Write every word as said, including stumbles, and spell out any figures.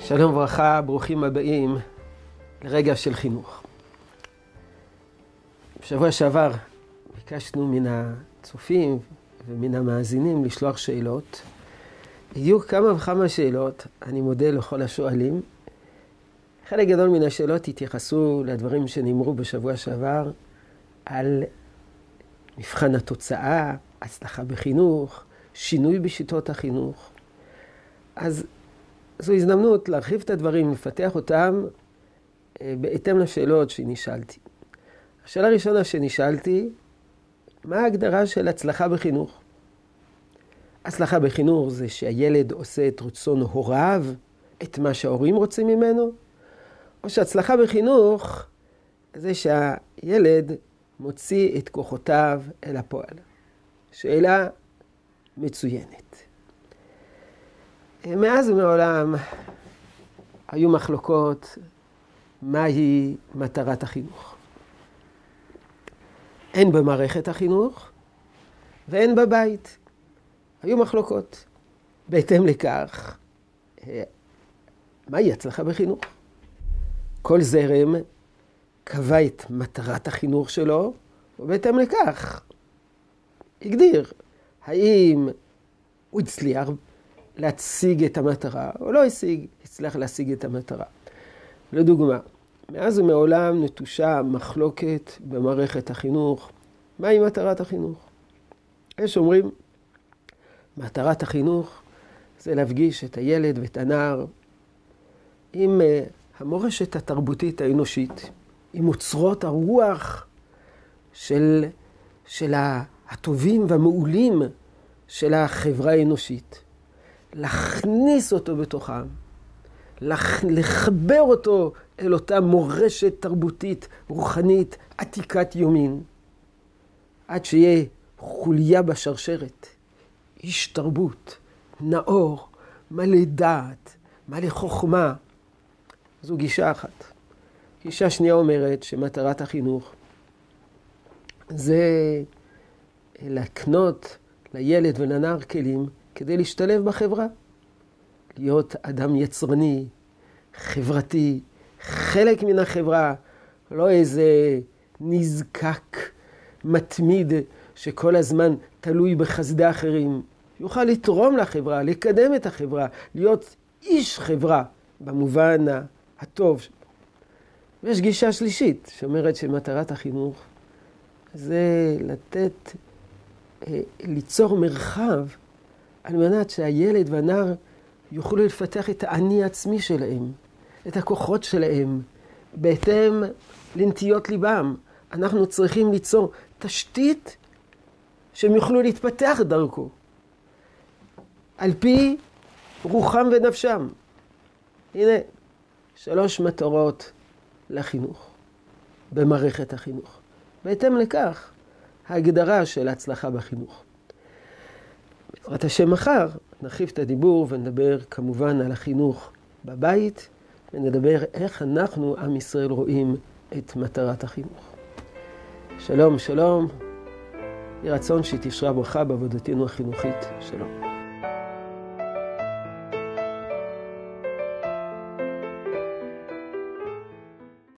שלום וברכה, ברוכים הבאים לרגע של חינוך. בשבוע שעבר ביקשנו מן הצופים ומן המאזינים לשלוח שאלות. הגיעו כמה וכמה שאלות, אני מודה לכל השואלים. חלק גדול מן השאלות התייחסו לדברים שנאמרו בשבוע שעבר על מבחן התוצאה, הצלחה בחינוך, שינוי בשיטות החינוך. אז זו הזדמנות להרחיב את הדברים, לפתח אותם בהתאם לשאלות שנשאלתי. השאלה הראשונה שנשאלתי, מה ההגדרה של הצלחה בחינוך? הצלחה בחינוך זה שהילד עושה את רצון הוריו, את מה שההורים רוצים ממנו, או שהצלחה בחינוך זה שהילד מוציא את כוחותיו אל הפועל. שאלה מצוינת. מאז ומעולם היו מחלוקות מהי מטרת החינוך. אין במערכת החינוך ואין בבית. היו מחלוקות. בהתאם לכך, מהי הצלחה בחינוך? כל זרם קבע את מטרת החינוך שלו, ובהתאם לכך הגדיר האם הוא הצליח להציג את המטרה, או לא השיג, הצליח להשיג את המטרה. לדוגמה, מאז ומעולם נטושה מחלוקת במערכת החינוך. מהי מטרת החינוך? יש אומרים, מטרת החינוך זה להפגיש את הילד ואת הנער עם המורשת התרבותית האנושית, עם אוצרות הרוח של, של הטובים והמעולים של החברה האנושית. להכניס אותו בתוכם, לחבר אותו אל אותה מורשת תרבותית, רוחנית, עתיקת יומין, עד שיהיה חוליה בשרשרת, איש תרבות, נאור, מלא דעת, מלא חוכמה. זו גישה אחת. גישה שנייה אומרת שמטרת החינוך זה להקנות לילד ולנער כלים כדי להשתלב בחברה. להיות אדם יצרני, חברתי, חלק מן החברה, לא איזה נזקק, מתמיד, שכל הזמן תלוי בחסדי אחרים. יוכל לתרום לחברה, לקדם את החברה, להיות איש חברה במובן הטוב. ויש גישה שלישית שאומרת שמטרת החינוך זה לתת, ליצור מרחב על מנת שהילד והנער יוכלו לפתח את האני העצמי שלהם, את הכוחות שלהם, בהתאם לנטיות ליבם. אנחנו צריכים ליצור תשתית שהם יוכלו להתפתח דרכו, על פי רוחם ונפשם. הנה, שלוש מטרות לחינוך, במערכת החינוך. בהתאם לכך, ההגדרה של ההצלחה בחינוך. בעזרת השם מחר נרחיב את הדיבור ונדבר כמובן על החינוך בבית, ונדבר איך אנחנו, עם ישראל, רואים את מטרת החינוך. שלום, שלום. יהי רצון שתשרה ברכה בעבודתנו החינוכית. שלום.